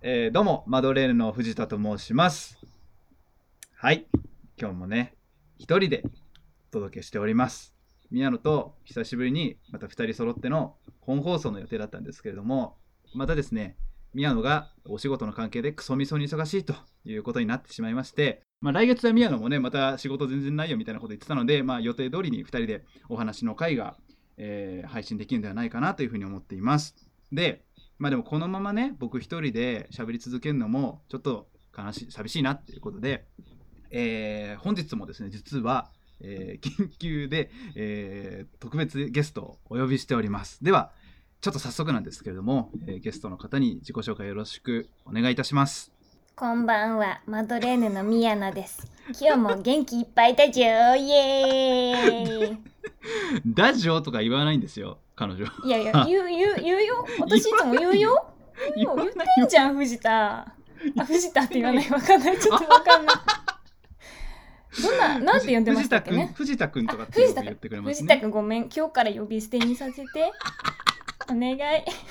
どうもマドレーヌの藤田と申します。はい、今日もね一人でお届けしております。宮野と久しぶりにまた2人揃っての本放送の予定だったんですけれども、またですね、宮野がお仕事の関係でクソみそに忙しいということになってしまいまして、来月は宮野もねまた仕事全然ないよみたいなこと言ってたので、予定通りに2人でお話の回が、配信できるんではないかなというふうに思っています。ででもこのままね僕一人で喋り続けるのもちょっと寂しいなっていうことで、本日もですね実は、緊急で、特別ゲストをお呼びしております。ではちょっと早速なんですけれども、ゲストの方に自己紹介よろしくお願いいたします。 こんばんは、マドレーヌの宮野です。今日も元気いっぱいだじょイエーイダジョとか言わないんですよ彼女。 いやいや、言うよ。私いつも言うよ。言ってんじゃん、藤田。藤田って言わない、わかんない。ちょっとわかんない。なんて呼んでましたっけね。 藤田くんとかって言ってくれますね。 藤田くんごめん、今日から呼び捨てにさせて。お願い。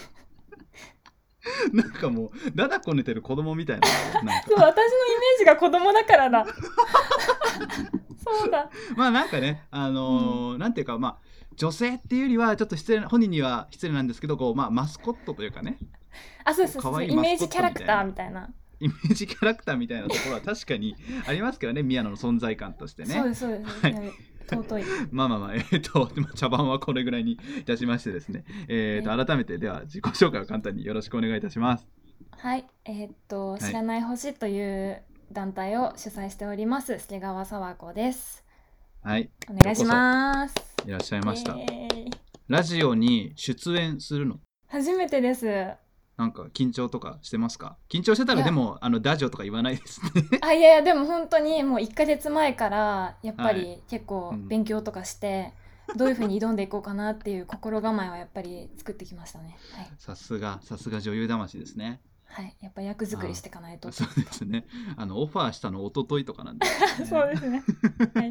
なんかもうだだこねてる子供みたいな。 そう、私のイメージが子供だからだ。そうだ。 なんかね、なんていうか女性っていうよりはちょっと本人には失礼なんですけど、こうマスコットというかね。 そうイメージキャラクターみたいな。 イメージキャラクターみたいなところは確かにありますけどね、宮野の存在感としてね。 そうです。はい、尊い。 茶番はこれぐらいにいたしましてですね。改めてでは自己紹介を簡単によろしくお願いいたします。 はい、知らない星という団体を主催しております助川佐和子です。 はい、 お願いします。 いらっしゃいました。ラジオに出演するの初めてです。 なんか緊張とかしてますか？緊張してたらでもダジオとか言わないですね。 いやでも本当にもう1ヶ月前からやっぱり結構勉強とかして、どういう風に挑んでいこうかなっていう心構えはやっぱり作ってきましたね。はい、さすが女優魂ですね。 はい、やっぱ役作りしていかないと。 そうですね。オファーしたの一昨日とかなんですね。 そうですね。はい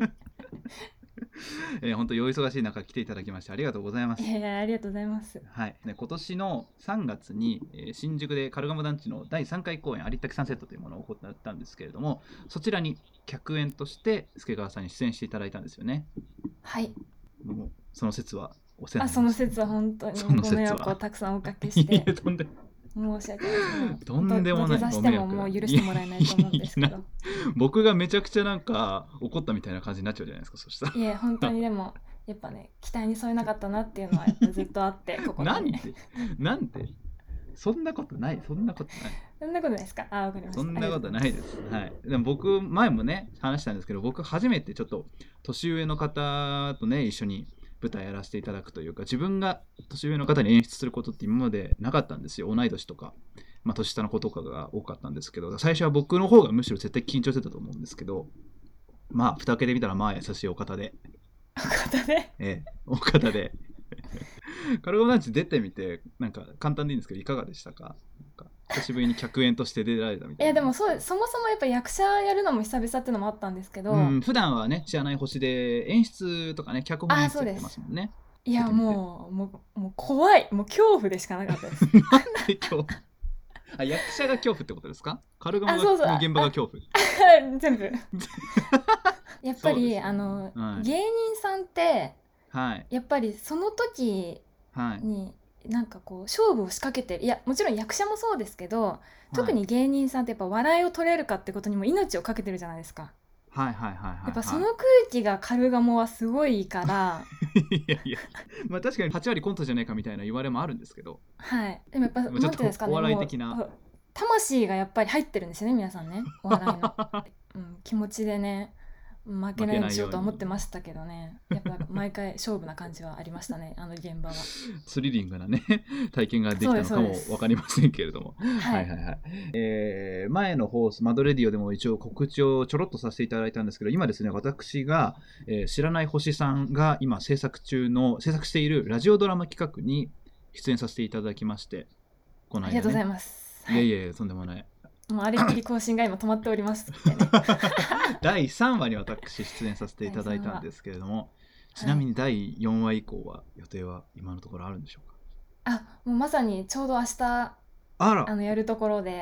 本当にお忙しい中来ていただきましてありがとうございます。 ありがとうございます。 はい、今年の3月に、新宿でカルガモ団地の第3回公演ありったけサンセットというものを行ったんですけれども、そちらに客演として助川さんに出演していただいたんですよね。 はい。 もうその説はお世話になりました。 その説は本当にご迷惑をたくさんおかけして申し訳ないです。 とんでもない。 土下座してももう許してもらえないと思うんですけど僕がめちゃくちゃなんか怒ったみたいな感じになっちゃうじゃないですか。そしたらいや本当にでもやっぱね期待に添えなかったなっていうのはやっぱずっとあってここに、ね、 なんてそんなことないそんなことないですか？わかりました。 そんなことないです。はい。でも僕前もね話したんですけど、僕初めてちょっと年上の方とね一緒に舞台やらせていただくというか、自分が年上の方に演出することって今までなかったんですよ。同い年とか、年下の子とかが多かったんですけど、最初は僕の方がむしろ絶対緊張してたと思うんですけど、蓋開けてみたら優しいお方でお方でカルガモ団地出てみてなんか簡単でいいんですけどいかがでしたか？久しぶりに客演として出られたみたいな。 でもそもそもやっぱ役者やるのも久々っていうのもあったんですけど、 普段はね知らない星で演出とかね脚本演出やってますもんね。 いやもう怖い、もう恐怖でしかなかったです。 役者が恐怖ってことですか？カルガモの現場が恐怖全部やっぱり、芸人さんって、やっぱりその時になんかこう勝負を仕掛けてる、いやもちろん役者もそうですけど、特に芸人さんってやっぱ笑いを取れるかってことにも命をかけてるじゃないですか。やっぱその空気がカルガモはすごいからいや確かに8割コントじゃないかみたいな言われもあるんですけど、 でもやっぱなんていうんですかね、 お笑い的な魂がやっぱり入ってるんですよね皆さんね、お笑いの、気持ちでね負けないようにしようと思ってましたけどね、やっぱ毎回勝負な感じはありましたね現場は。 スリリングなね体験ができたのかも分かりませんけれども、前の放送マドレディオでも一応告知をちょろっとさせていただいたんですけど、今ですね私が、知らない星さんが今制作しているラジオドラマ企画に出演させていただきまして、 この間ね、ありがとうございます。 いやとんでもない。 もうあれっきり更新が今止まっておりますってね第3話に私出演させていただいたんですけれども、ちなみに第4話以降は予定は今のところあるんでしょうか？ もうまさにちょうど明日やるところで、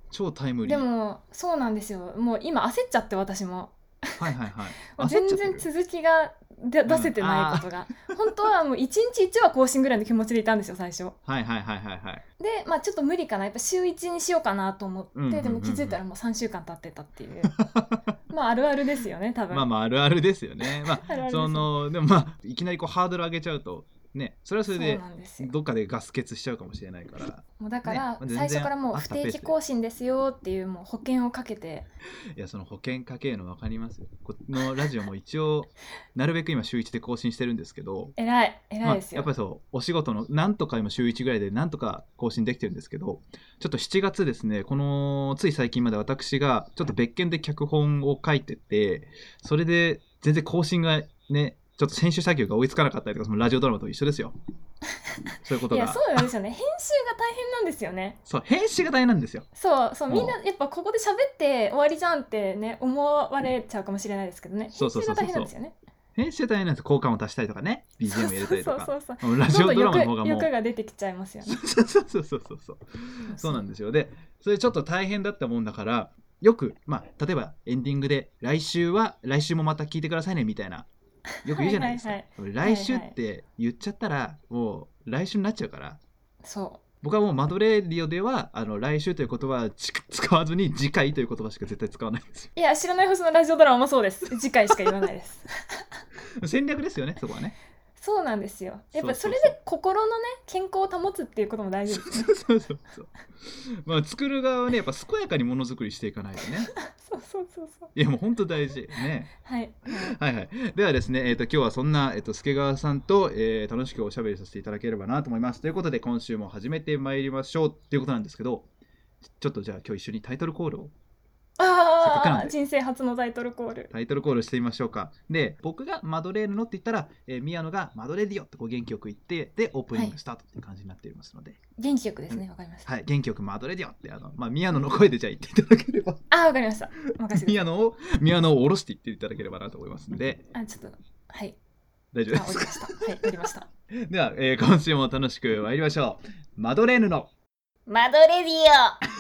超タイムリー。 でもそうなんですよ。もう今焦っちゃって私も。 はいはいはい。 全然続きが出せてないことが、本当はもう1日1話更新ぐらいの気持ちでいたんですよ最初。 はいはいはいはいはい。 でまあちょっと無理かな、やっぱ週1にしようかなと思って、でも気づいたらもう3週間経ってたっていうまああるあるですよね多分。 まあまああるあるですよね。まあでもまあいきなりこうハードル上げちゃうとね、それはそれでどっかでガス欠しちゃうかもしれないから、 もうだから、ね、最初からもう不定期更新ですよっていうもう保険をかけて。 いやその保険かけるの分かりますよ。このラジオも一応なるべく今週1で更新してるんですけど偉いですよ、 やっぱりそうお仕事のなんとか今週1ぐらいでなんとか更新できてるんですけど、ちょっと7月ですね、このつい最近まで私がちょっと別件で脚本を書いてて、それで全然更新がねちょっと編集作業が追いつかなかったりとか、そのラジオドラマと一緒ですよ。そういうことが。 いやそうなんですよね。編集が大変なんですよね。 そう編集が大変なんですよ。 そうみんなやっぱここで喋って終わりじゃんってね思われちゃうかもしれないですけどね。編集が大変なんですよね。 編集大変なんです。効果音足したりとかね、BGM 入れたりとか。 そうラジオドラマの方がもう欲が出てきちゃいますよね。 そうなんですよ。でそれちょっと大変だったもんだから、よくまあ例えばエンディングで来週もまた聞いてくださいねみたいなよく言うじゃないですか。来週って言っちゃったらもう来週になっちゃうから。 そう僕はもうマドレーディオでは来週という言葉は使わずに次回という言葉しか絶対使わないんですよ。 いや知らない星のラジオドラマもそうです。次回しか言わないです戦略ですよねそこはね。 そうなんですよ。やっぱそれで心のね健康を保つっていうことも大事ですね。そうまあ作る側はねやっぱ健やかにものづくりしていかないとね。 そういやもう本当大事ね。 はいではですね、今日はそんな助川さんと、楽しくおしゃべりさせていただければなと思います。ということで今週も始めてまいりましょうっていうことなんですけど、ちょっとじゃあ今日一緒にタイトルコールを人生初のタイトルコールしてみましょうか。で僕がマドレーヌのって言ったら、宮野がマドレディオってこう元気よく言って、でオープニングスタートっていう感じになっていますので、 元気よくですね。わかりました。 はい、元気よくマドレディオって宮野の声でじゃあ言っていただければ。 わかりました。 宮野を下ろして言っていただければなと思いますので。 ちょっとはい大丈夫ですか。降りました。 では、今週も楽しく参りましょう。マドレーヌのマドレディオ。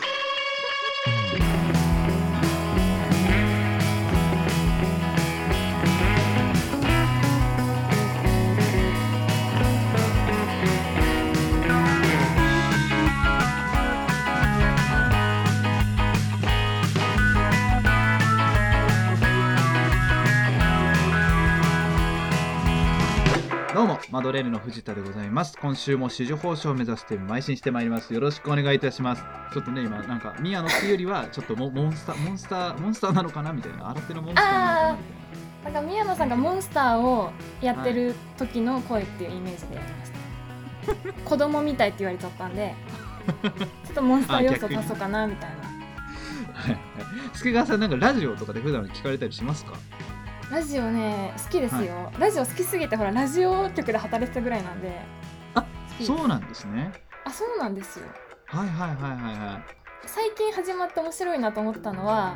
どうもマドレーヌの藤田でございます。今週も紫綬褒章を目指して邁進してまいります。よろしくお願いいたします。ちょっとね今なんか宮野っていうよりはちょっとモンスターなのかなみたいな、新手のモンスターなのかなみたいな。 なんか宮野さんがモンスターをやってる時の声っていうイメージでやりました、子供みたいって言われちゃったんでちょっとモンスター要素足そうかなみたいな。 助川さんなんかラジオとかで普段聞かれたりしますか？ ラジオね好きですよ、ラジオ好きすぎてほらラジオ局で働いてたぐらいなんで。 そうなんですね。 そうなんですよ。最近始まって面白いなと思ったのは、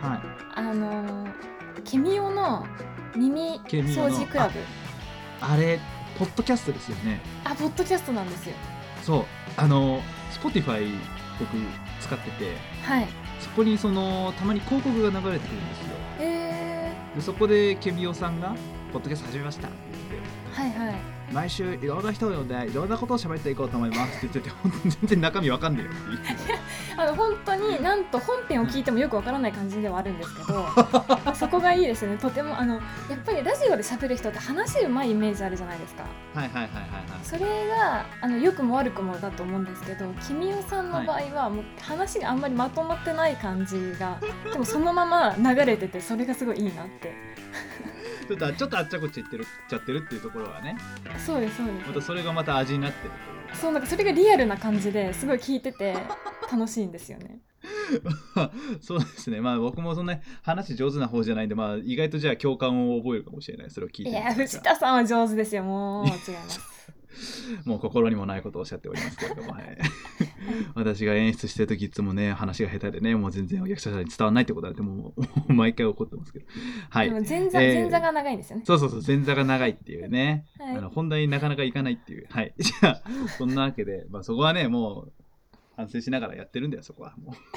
ケミオの耳掃除クラブ。 あれポッドキャストですよね。 ポッドキャストなんですよ。 そうSpotify 僕使ってて、そこにたまに広告が流れてくるんですよ。でそこでケミオさんがポッドキャスト始めましたって言って、毎週いろんな人を呼んでいろんなことを喋っていこうと思いますって言ってて、本当に全然中身わかんないよって言って本当になんと本編を聞いてもよくわからない感じではあるんですけどそこがいいですね。とてもやっぱりラジオで喋る人って話うまいイメージあるじゃないですか。それが良くも悪くもだと思うんですけど、ケミオさんの場合はもう話があんまりまとまってない感じが、でもそのまま流れてて、それがすごいいいなってちょっとあっちゃこっちゃってるっていうところはね。 そうですまたそれがまた味になってるという。 そうなんかそれがリアルな感じですごい聞いてて楽しいんですよね。 そうですね。僕もそんな話上手な方じゃないんで、意外とじゃあ共感を覚えるかもしれない。それを聞いて。 いや藤田さんは上手ですよ。もう違いますもう心にもないことをおっしゃっておりますけれども、私が演出してる時いつもね話が下手でね、もう全然お客者に伝わらないってことはもう毎回怒ってますけど、 でも前座が長いんですよね。 そう前座が長いっていうね、本題になかなかいかないっていう。じゃあそんなわけで、そこはねもう反省しながらやってるんだよ、そこはもう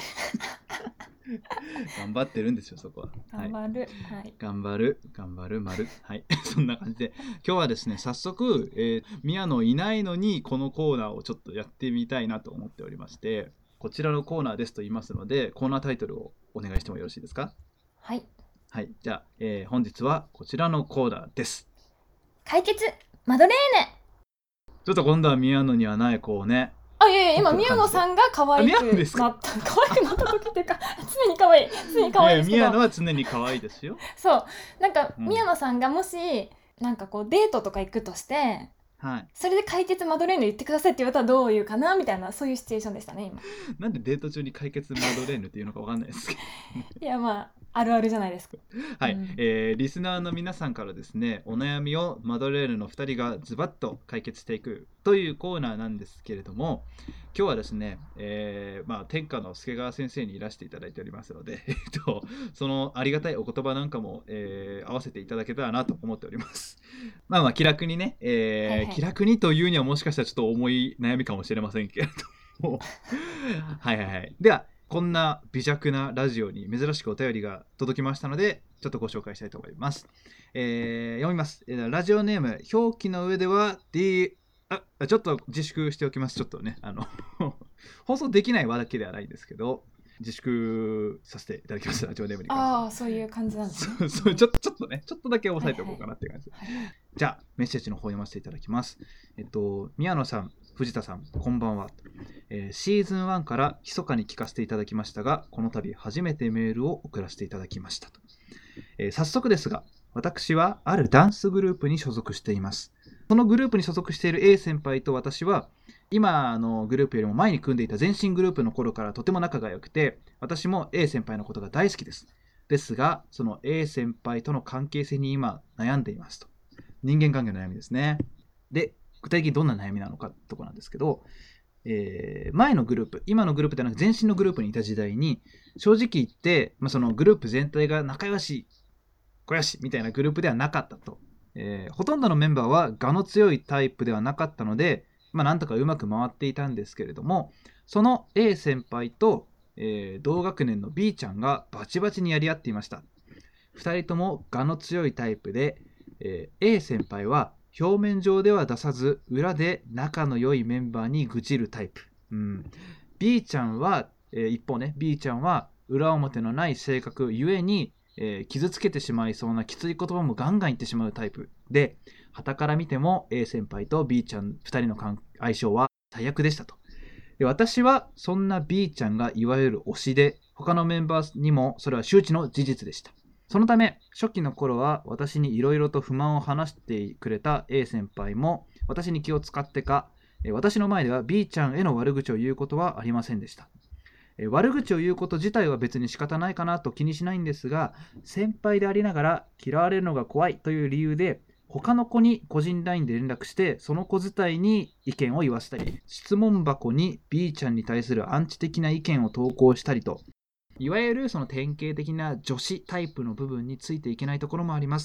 頑張ってるんですよ、そこは。 頑張る、はい、 頑張る丸はいそんな感じで今日はですね、早速、宮野いないのにこのコーナーをちょっとやってみたいなと思っておりまして、こちらのコーナーですと言いますので、コーナータイトルをお願いしてもよろしいですか？ はいはい、じゃあ、本日はこちらのコーナーです。 解決マドレーヌ。 ちょっと今度は宮野にはないこうね、 いや今宮野さんが可愛くなった可愛くなった時っていうか常に可愛いですけど、 宮野は常に可愛いですよ。 そうなんか、宮野さんがもしなんかこうデートとか行くとして、はい、それで解決マドレーヌ言ってくださいって言われたらどういうかなみたいな、そういうシチュエーションでしたね今。 なんでデート中に解決マドレーヌっていうのか分かんないですけどいやまああるあるじゃないですか。 はい、リスナーの皆さんからですね、お悩みをマドレーヌの2人がズバッと解決していくというコーナーなんですけれども、今日はですね、天下の助川先生にいらしていただいておりますので、そのありがたいお言葉なんかも、合わせていただけたらなと思っております。まあ気楽にね、気楽にというにはもしかしたらちょっと重い悩みかもしれませんけれどもはいではこんな微弱なラジオに珍しくお便りが届きましたので、ちょっとご紹介したいと思います。読みます。ラジオネーム、表記の上では ちょっと自粛しておきます。ちょっとね、放送できないわけではないんですけど、自粛させていただきます。ラジオネームに関して。そういう感じなんですね。ちょっとね、ちょっとだけ押さえておこうかなっていう感じ。じゃあ、メッセージの方読ませていただきます。宮野さん、藤田さん、こんばんは。シーズン1から密かに聞かせていただきましたが、この度初めてメールを送らせていただきましたと。早速ですが、私はあるダンスグループに所属しています。そのグループに所属している A 先輩と私は、今のグループよりも前に組んでいた前身グループの頃からとても仲が良くて、私も A 先輩のことが大好きです。ですが、その A 先輩との関係性に今悩んでいますと。人間関係の悩みですね。で、具体的にどんな悩みなのかってとこなんですけど、前のグループ、今のグループではなく前身のグループにいた時代に、正直言って、そのグループ全体が仲良し、小良しみたいなグループではなかったと。ほとんどのメンバーは我の強いタイプではなかったので、なんとかうまく回っていたんですけれども、その A 先輩と、同学年の B ちゃんがバチバチにやり合っていました。2人とも我の強いタイプで、A 先輩は表面上では出さず裏で仲の良いメンバーに愚痴るタイプ、B ちゃんは、一方ね B ちゃんは裏表のない性格ゆえに、傷つけてしまいそうなきつい言葉もガンガン言ってしまうタイプで、傍から見ても A 先輩と B ちゃん2人の相性は最悪でしたと。で、私はそんな B ちゃんがいわゆる推しで、他のメンバーにもそれは周知の事実でした。そのため初期の頃は私にいろいろと不満を話してくれた A 先輩も私に気を使ってか、私の前では B ちゃんへの悪口を言うことはありませんでした。悪口を言うこと自体は別に仕方ないかなと気にしないんですが、先輩でありながら嫌われるのが怖いという理由で他の子に個人 LINE で連絡してその子自体に意見を言わせたり、質問箱に B ちゃんに対するアンチ的な意見を投稿したりと、いわゆるその典型的な女子タイプの部分についていけないところもあります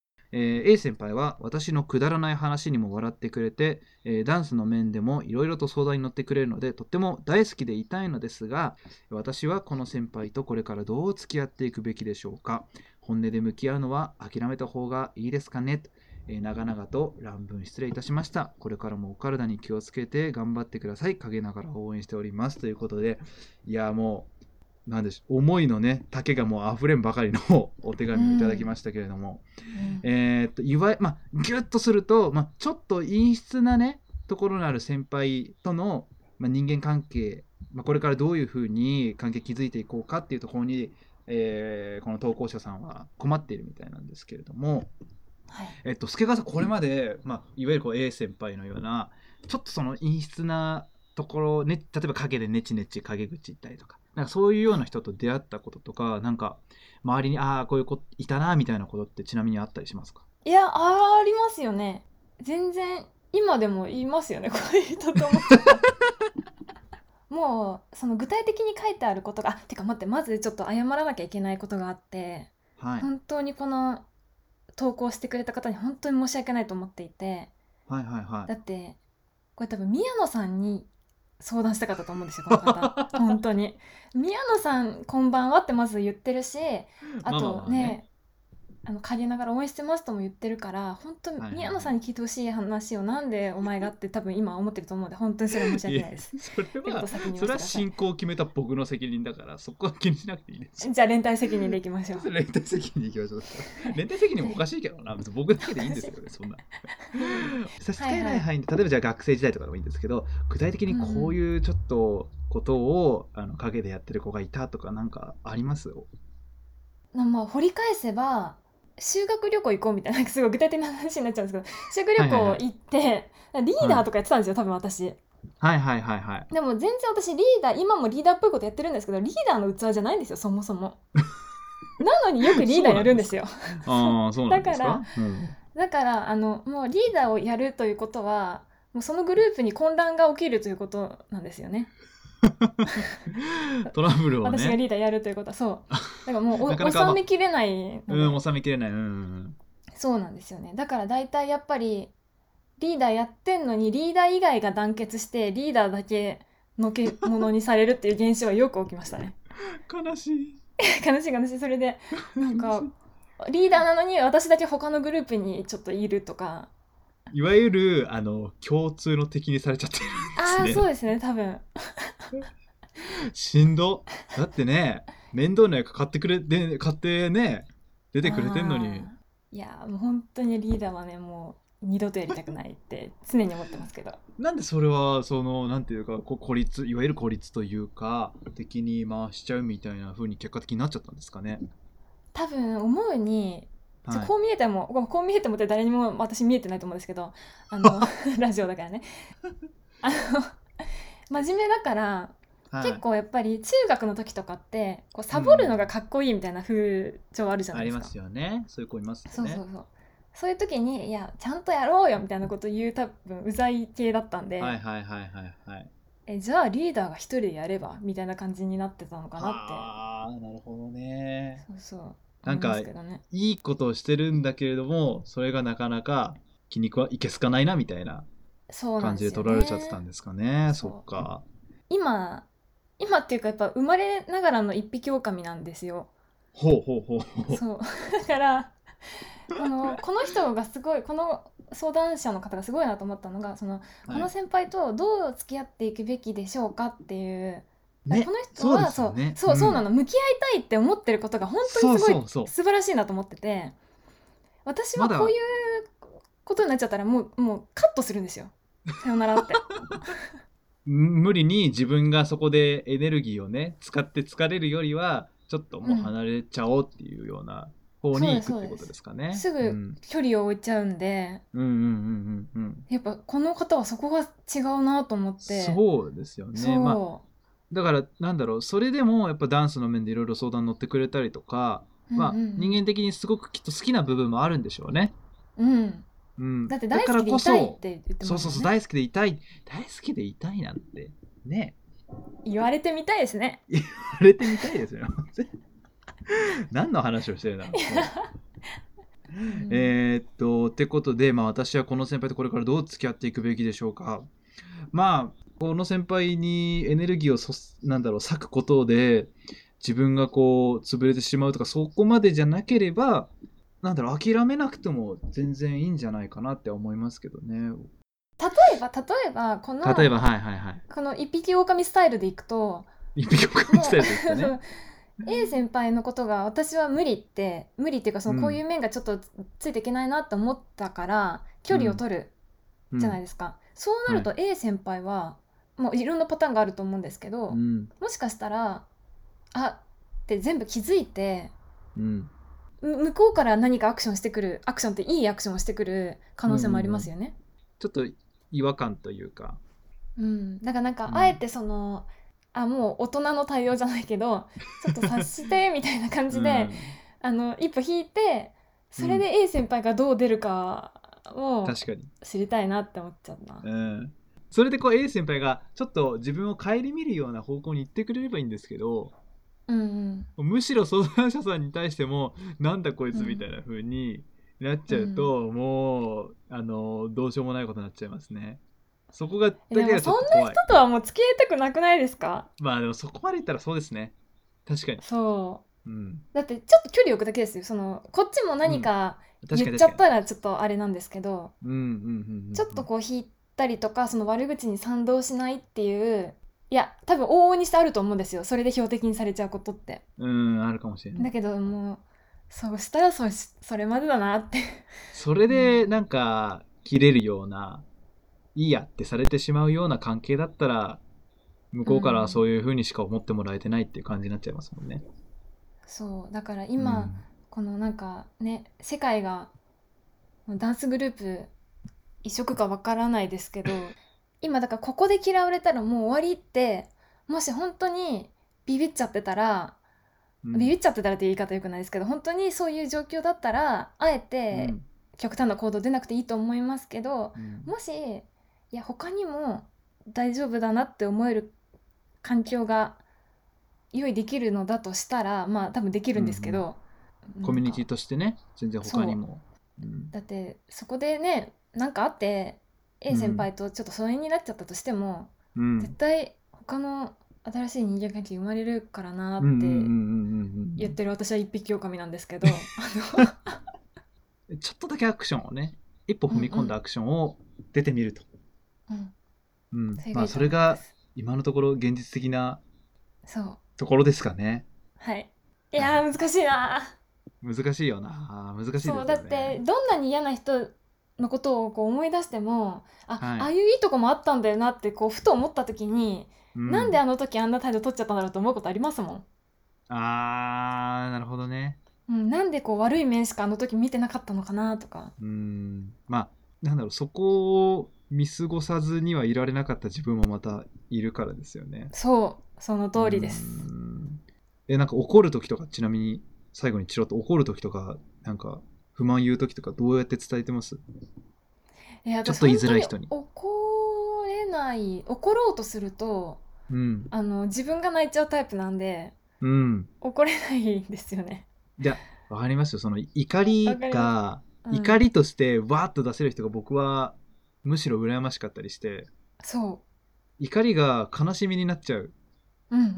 。A 先輩は私のくだらない話にも笑ってくれて、ダンスの面でもいろいろと相談に乗ってくれるのでとっても大好きでいたいのですが、私はこの先輩とこれからどう付き合っていくべきでしょうか。本音で向き合うのは諦めた方がいいですかね。長々と乱文失礼いたしました。これからもお体に気をつけて頑張ってください。陰ながら応援しておりますということで、いやもうなんでしょう、思いのね丈がもう溢れんばかりのお手紙をいただきましたけれども、ギュッとすると、ちょっと陰湿なねところのある先輩との、人間関係、これからどういうふうに関係築いていこうかっていうところに、この投稿者さんは困っているみたいなんですけれども、助川さんこれまで、いわゆるこう A 先輩のようなちょっとその陰湿なところ、ね、例えば陰でネチネチ陰口言ったりとか、なんかそういうような人と出会ったこととか、なんか周りにこういう子いたなみたいなことってちなみにあったりしますか？ いや、ありますよね。全然今でも言いますよね、こういう人と思ってもうその具体的に書いてあることが、てか待って、まずちょっと謝らなきゃいけないことがあって、本当にこの投稿してくれた方に本当に申し訳ないと思っていて、だってこれ多分宮野さんに相談したかったと思うんですよこの方本当に宮野さんこんばんはってまず言ってるし、あとね、陰ながら応援してますとも言ってるから、本当宮野さんに聞いてほしい話をなんでお前がって多分今思ってると思うので、本当にそれは申し訳ないです。 それは進行を決めた僕の責任だから、そこは気にしなくていいです。 じゃあ連帯責任でいきましょう。 連帯責任でいきましょう。連帯責任もおかしいけどな、別に僕だけでいいんですよね、そんな。差し支えない範囲で、例えばじゃあ学生時代とかでもいいんですけど、具体的にこういうちょっとことを陰でやってる子がいたとかなんかあります？ まあ掘り返せば修学旅行行こうみたいな、すごい具体的な話になっちゃうんですけど、修学旅行行って、リーダーとかやってたんですよ、多分私。 はいはいはいはい。 でも全然私リーダー、今もリーダーっぽいことやってるんですけど、リーダーの器じゃないんですよ、そもそも。なのによくリーダーやるんですよ。 ああ、そうなんですか。 だからもうリーダーをやるということは、もうそのグループに混乱が起きるということなんですよね。 トラブルをね、 私がリーダーやるということは、そうだからもう収めきれない収めきれない、 そうなんですよね。だから大体やっぱりリーダーやってんのにリーダー以外が団結してリーダーだけのけ者にされるっていう現象はよく起きましたね。 悲しい悲しい。それでなんかリーダーなのに私だけ他のグループにちょっといるとか、 いわゆる共通の敵にされちゃってるんですね。 そうですね、多分しんど。だってね、面倒な役買ってね出てくれてんのに。 いやもう本当にリーダーはね、もう二度とやりたくないって常に思ってますけど。 なんでそれはなんていうかいわゆる孤立というか敵に回しちゃうみたいな風に結果的になっちゃったんですかね。 多分思うに、こう見えてもって誰にも私見えてないと思うんですけど、ラジオだからね真面目だから、結構やっぱり中学の時とかってこうサボるのがかっこいいみたいな風潮あるじゃないですか。 ありますよね、そういう子いますよね。 そういう時にいやちゃんとやろうよみたいなこと言う多分うざい系だったんで、じゃあリーダーが一人でやればみたいな感じになってたのかなって。 ああ、なるほどね。 そうなんか、いいことをしてるんだけれどもそれがなかなか気にいけすかないなみたいな感じで取られちゃってたんですかね。そっか。 今っていうかやっぱ生まれながらの一匹狼なんですよ。 そうだからこの人がすごい、この相談者の方がすごいなと思ったのが、この先輩とどう付き合っていくべきでしょうかっていう、この人はそうなの、向き合いたいって思ってることが本当にすごい素晴らしいなと思ってて、私はこういうことになっちゃったらもうカットするんですよ、さよならって無理に自分がそこでエネルギーをね使って疲れるよりはちょっともう離れちゃおうっていうような方に行くってことですかね。 すぐ距離を置いちゃうんで、やっぱこの方はそこが違うなと思って。 そうですよね。だからなんだろう、それでもやっぱダンスの面でいろいろ相談乗ってくれたりとか、人間的にすごくきっと好きな部分もあるんでしょうね。 だって大好きでいたいって言ってますもんね。大好きでいたいなんてね、 言われてみたいですね。 言われてみたいですよ何の話をしてるんだろうってことで、私はこの先輩とこれからどう付き合っていくべきでしょうか。この先輩にエネルギーを割くことで自分がこう潰れてしまうとか、そこまでじゃなければ諦めなくても全然いいんじゃないかなって思いますけどね。 例えばこのこの一匹狼スタイルでいくと、 一匹狼スタイルでいくとね A 先輩のことが私は無理っていうか、こういう面がちょっとついていけないなと思ったから距離を取るじゃないですか。そうなると A 先輩はもういろんなパターンがあると思うんですけど、もしかしたらって全部気づいて、向こうから何かアクションっていいアクションをしてくる可能性もありますよね。 ちょっと違和感というか、 だからあえてもう大人の対応じゃないけどちょっと察してみたいな感じで、一歩引いて、それで A 先輩がどう出るかを知りたいなって思っちゃうな。 それでA 先輩がちょっと自分を顧みるような方向に行ってくれればいいんですけど、むしろ相談者さんに対してもなんだこいつみたいな風になっちゃうと、もうどうしようもないことになっちゃいますね。 そこがだけでもがちょそんなっと怖い。 人とはもう付き合いたくなくないですか？ まあでもそこまで言ったらそうですね。確かに。 そう。 うん。 だってちょっと距離置くだけですよ。こっちもうん。 何か言っちゃっ確かに確かに。 たらちょっとあれなんですけど、 うんうんうんちょっとこう引いたりとか、その悪口に賛同しないっていう、いや、多分往々にしてあると思うんですよ。それで標的にされちゃうことって。 うんうん。うん、あるかもしれない。 だけどもう、そうしたらそれまでだなって。 それうん。 でなんか切れるような、いいやってされてしまうような関係だったら、向うこうからはそん。 ういう風にしか思ってもらえてないっていう感じになっちゃいますもんね。 そう。だから今、 うん。 このなんかね、世界がダンスグループ一色かわからないですけど、今だからここで嫌われたらもう終わりって、もし本当にビビっちゃってたら、 うん。 ビビっちゃってたらって言い方よくないですけど、本当にそういう状況だったらあえてうん。 極端な行動出なくていいと思いますけど、 うん。 もしいや他にも大丈夫だなって思える環境が用意できるのだとしたら、まあ多分できるんですけうんうん。 ど、なんかコミュニティとしてね、全然他にそも。うん。 うだってそこでね、なんかあって A 先うん。 輩とちょっと疎遠になっちゃったとしても、 うん。 絶対他の新しい人間関係生まれるからなうんうんうんうんって言っうんてる私は一匹狼なんですけど、 うん。ちょっとだけアクションをね、一歩うんうん踏み込んだアクションを出てみると。 うん、 うん。まあそれがいいとそれが思います。 今のところ現実的なそう。 ところですかね。 はい。いはい。 やー難しいな難しいよな。難ー。 しいでそうだっすよね。 てどんなに嫌な人のことをこう思い出しても、 はい。 ああいういいとこもあったんだよなってこうふと思った時に、なんでうん。 あの時あんな態度取っちゃったんだろうと思うことありますもん。 あー、なるほどね。 うん、なんでこう悪い面しかあの時見てなかったのかなとか。 うん。まあ、なんだろう、そこを見過ごさずにはいられなかった自分もまたいるからですよね。 そうそのう通りです。 ん。なんか怒るときとか、ちなみに最後にチロッと怒るときとか、なんか不満言うときとかどうやって伝えてます？ちょっと言い私本当にづらい人に。 怒ろうとするとうん。 自分が泣いちゃうタイプなんでうん。 怒れないんですよね。 じゃあ、わかりますよ。その怒わりかります。 が、 うん。 怒りとしてわーっと出せる人が僕はむしろ羨ましかったりして、 そ怒りが悲しみになっちゃうう。うんうんうん。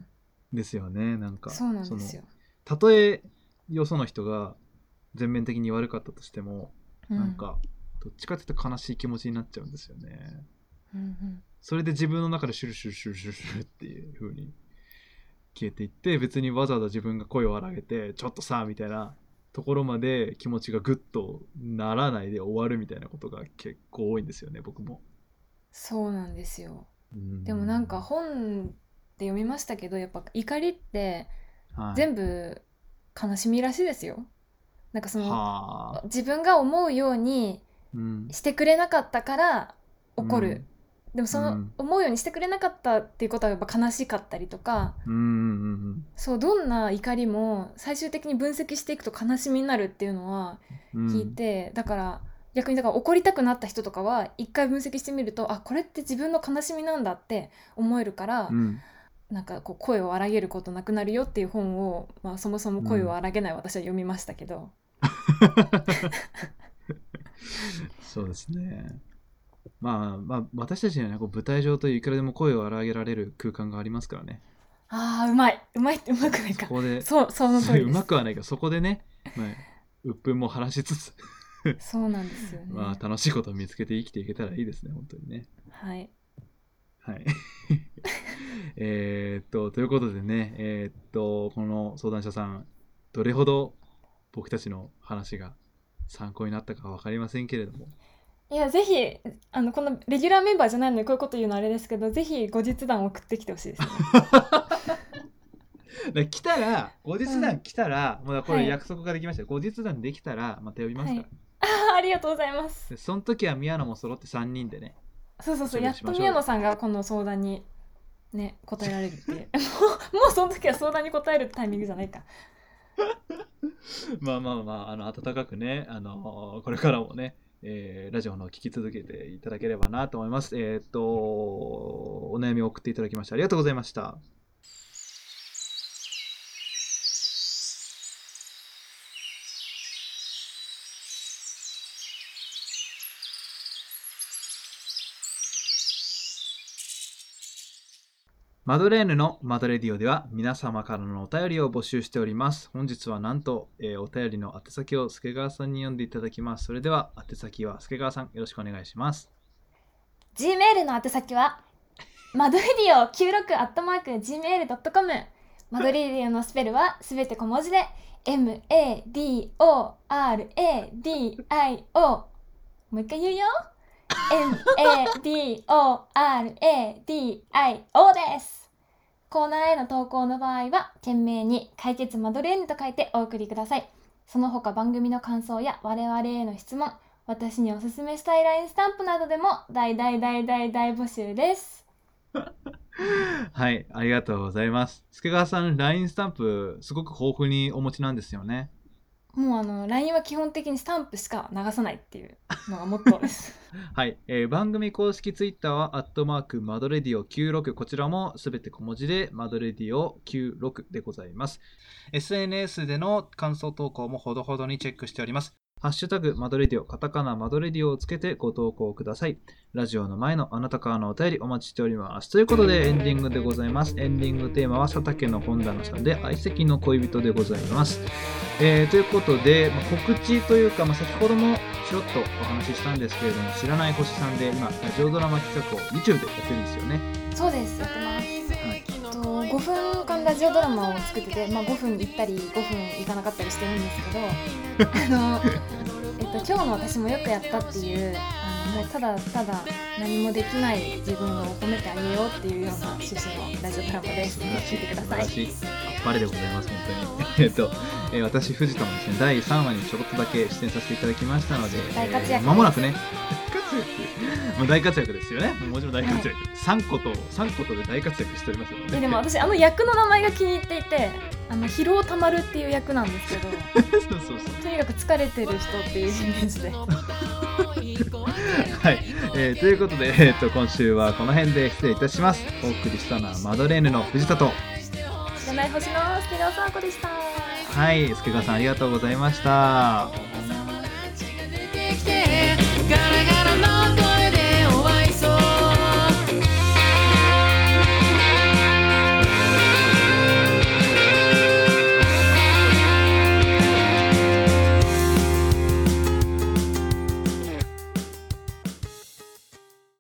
んですよね。なんか、 そうなんその、 ですよ。 たとえよその人が全面的に悪かったとしても、 うん。 なんか、どっちかっていうと悲しい気持ちになっちゃうんですよね。 うんうん。 それで自分の中でシュルシュルシュルシュルシュルっていう風に消えていって、別にわざわざ自分が声を荒げてちょっとさみたいなところまで気持ちがグッとならないで終わるみたいなことが結構多いんですよね、僕も。 そうなんですよ。 うでもなんかん。 本で読みましたけど、やっぱ怒りってはい。 全部悲しみらしいですよ。なんかはあ。 自分が思うようにうん。 してくれなかったから怒る。 うん。 でもそのうん。 思うようにしてくれなかったっていうことはやっぱ悲しかったりとか、 うん。うん。 そうどんな怒りも最終的に分析していくと悲しみになるっていうのは聞いうん。 て、だから逆にだから怒りたくなった人とかは一回分析してみると、あこれって自分の悲しみなんだって思えるから、 うん。 なんかこう声を荒げることなくなるよっていう本を、まあ、そもそも声をうん。 荒げない私は読みましたけど。 そうですね。まあまあ、私たちにはね、こう舞台上といういくらでも声を荒げられる空間がありますからね。 あーうまいうまいってうまくないか。 そこで、 そうその通りうです。 まくはないけど、そこでね、まあ、鬱憤も晴らしつつそうなんですよまあ、 ね。 楽しいことを見つけて生きていけたらいいですね、本当にね。 はい。 はい。ということでね、この相談者さん、どれほど僕たちの話が参考になったか分かりませんけれども、 いやぜひこのレギュラーメンバーじゃないのにこういうこと言うのあれですけど、ぜひ後日談を送ってきてほしいですね。 来たら、後日談うん。 来たら、もうこはい。 れ約束ができましたよ。後日談できたら、また呼びますから。 はい。ああ、ありがとうございます。 でその時は宮野も揃って3人でね、 そうそうそう、 おしゃべやっと宮りしましょうよ。 野さんがこの相談にね答えられるっていう。もうその時は相談に答えるタイミングじゃないか。 まあまあまあ、温かくね、これからもね、ラジオの聞き続けていただければなと思います。お悩みを送っていただきましてありがとうございました。 マドレーヌのマドレディオでは皆様からのお便りを募集しております。本日はなんと、お便りの宛先を助川さんに読んでいただきます。それでは宛先は助川さんよろしくお願いします。 Gmail の宛先はマドレディオ96@gmail.com。 マドレディオのスペルはすべて小文字で MADORADIO。 もう一回言うよ。MADORADIO です。コーナーへの投稿の場合は懸命に解決マドレーヌと書いてお送りください。その他番組の感想や我々への質問、私におすすめしたい LINE スタンプなどでも大募集です。 はい、ありがとうございます。助川さん LINE スタンプすごく豊富にお持ちなんですよね。 もうLINE は基本的にスタンプしか流さないっていうのがモットーですはい、番組公式ツイッターはマドレディオ96、こちらもすべて小文字でマドレディオ96でございます。 SNS での感想投稿もほどほどにチェックしております。ハッシュタグマドレディオ、カタカナマドレディオをつけてご投稿ください。ラジオの前のあなたからのお便りお待ちしております。ということでエンディングでございます。エンディングテーマは佐竹の本棚さんで相席の恋人でございます。ということで、告知というか、先ほどもちょっとお話ししたんですけれども、知らない星さんで今ラジオドラマ企画を YouTube でやってるんですよね。 そうです、やってます。5分間ラジオドラマを作ってて、5分行ったり5分行かなかったりしてるんですけど今日の私もよくやったっていうもうただただ何もできない自分を褒めてあげようっていうような趣旨のラジオドラマです。聞いてください。 あっぱれでございます、本当に私藤田もですね、第3話にちょろっとだけ出演させていただきましたので、 大活躍間もなくねもう大活躍ですよね。もちろん大活躍、3個とで大活躍しておりますよね。 でも私役の名前が気に入っていて、疲労たまるっていう役なんですけどそうとにかく疲れてる人っていうイメージではい、ということで、今週はこの辺で失礼いたします。お送りしたのはマドレーヌの藤田と知らない星の助川さんこでした。 はい、助川さんありがとうございました。 ガラガラの